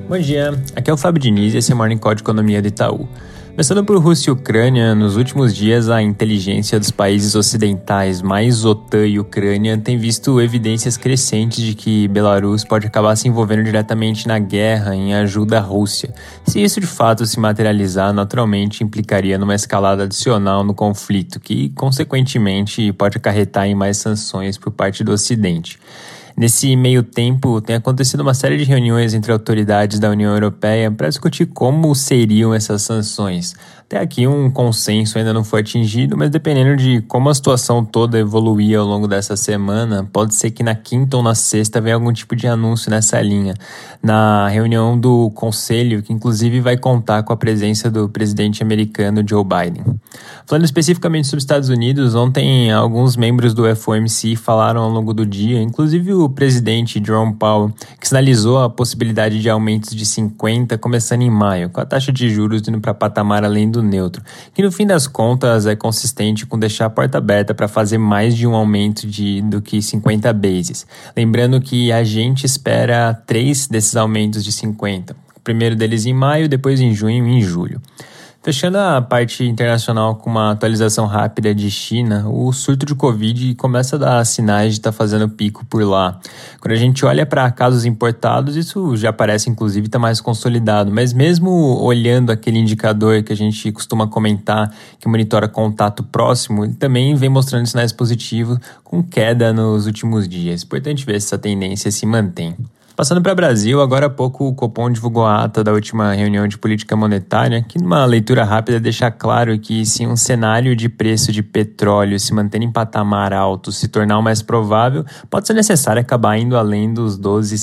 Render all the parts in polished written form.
Bom dia, aqui é o Fábio Diniz e esse é o Morning Call de Economia do Itaú. Começando por Rússia e Ucrânia, nos últimos dias a inteligência dos países ocidentais, mais OTAN e Ucrânia, tem visto evidências crescentes de que Belarus pode acabar se envolvendo diretamente na guerra em ajuda à Rússia. Se isso de fato se materializar, naturalmente implicaria numa escalada adicional no conflito, que consequentemente pode acarretar em mais sanções por parte do Ocidente. Nesse meio tempo, tem acontecido uma série de reuniões entre autoridades da União Europeia para discutir como seriam essas sanções. Até aqui um consenso ainda não foi atingido, mas dependendo de como a situação toda evoluir ao longo dessa semana, pode ser que na quinta ou na sexta venha algum tipo de anúncio nessa linha. Na reunião do Conselho, que inclusive vai contar com a presença do presidente americano Joe Biden. Falando especificamente sobre os Estados Unidos, ontem alguns membros do FOMC falaram ao longo do dia, inclusive o presidente Jerome Powell, que sinalizou a possibilidade de aumentos de 50 começando em maio, com a taxa de juros indo para patamar além do neutro, que no fim das contas é consistente com deixar a porta aberta para fazer mais de um aumento do que 50 bases. Lembrando que a gente espera 3 desses aumentos de 50, o primeiro deles em maio, depois em junho e em julho. Fechando a parte internacional com uma atualização rápida de China, o surto de Covid começa a dar sinais de estar fazendo pico por lá. Quando a gente olha para casos importados, isso já parece inclusive estar mais consolidado, mas mesmo olhando aquele indicador que a gente costuma comentar, que monitora contato próximo, ele também vem mostrando sinais positivos com queda nos últimos dias. Importante ver se essa tendência se mantém. Passando para o Brasil, agora há pouco o Copom divulgou a ata da última reunião de política monetária, que numa leitura rápida deixa claro que se um cenário de preço de petróleo se manter em patamar alto se tornar o mais provável, pode ser necessário acabar indo além dos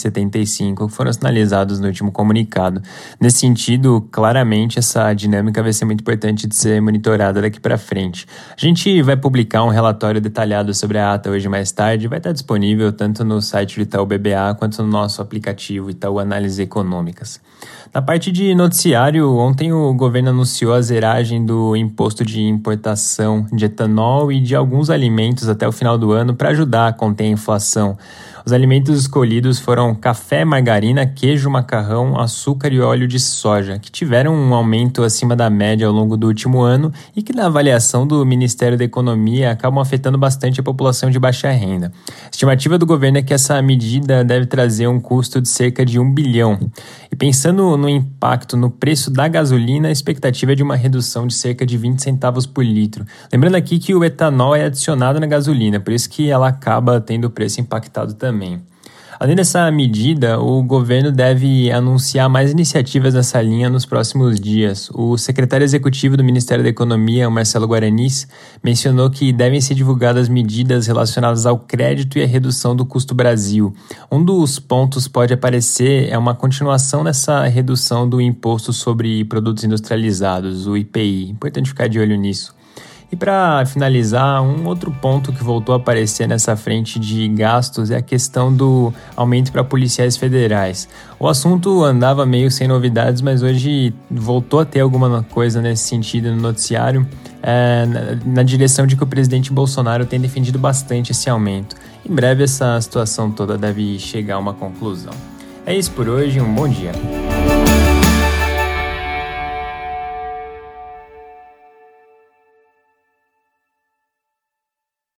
12,75 que foram sinalizados no último comunicado. Nesse sentido, claramente essa dinâmica vai ser muito importante de ser monitorada daqui para frente. A gente vai publicar um relatório detalhado sobre a ata hoje mais tarde, vai estar disponível tanto no site do Itaú BBA quanto no nosso aplicativo Itaú Análises Econômicas. Na parte de noticiário, ontem o governo anunciou a zeragem do imposto de importação de etanol e de alguns alimentos até o final do ano para ajudar a conter a inflação. Os alimentos escolhidos foram café, margarina, queijo, macarrão, açúcar e óleo de soja, que tiveram um aumento acima da média ao longo do último ano e que, na avaliação do Ministério da Economia, acabam afetando bastante a população de baixa renda. A estimativa do governo é que essa medida deve trazer um custo de cerca de 1 bilhão. E pensando no impacto no preço da gasolina, a expectativa é de uma redução de cerca de 20 centavos por litro. Lembrando aqui que o etanol é adicionado na gasolina, por isso que ela acaba tendo o preço impactado também. Além dessa medida, o governo deve anunciar mais iniciativas nessa linha nos próximos dias. O secretário executivo do Ministério da Economia, Marcelo Guaranis, mencionou que devem ser divulgadas medidas relacionadas ao crédito e à redução do custo Brasil. Um dos pontos pode aparecer é uma continuação dessa redução do imposto sobre produtos industrializados, o IPI. Importante ficar de olho nisso. E para finalizar, um outro ponto que voltou a aparecer nessa frente de gastos é a questão do aumento para policiais federais. O assunto andava meio sem novidades, mas hoje voltou a ter alguma coisa nesse sentido no noticiário, na direção de que o presidente Bolsonaro tem defendido bastante esse aumento. Em breve essa situação toda deve chegar a uma conclusão. É isso por hoje, um bom dia.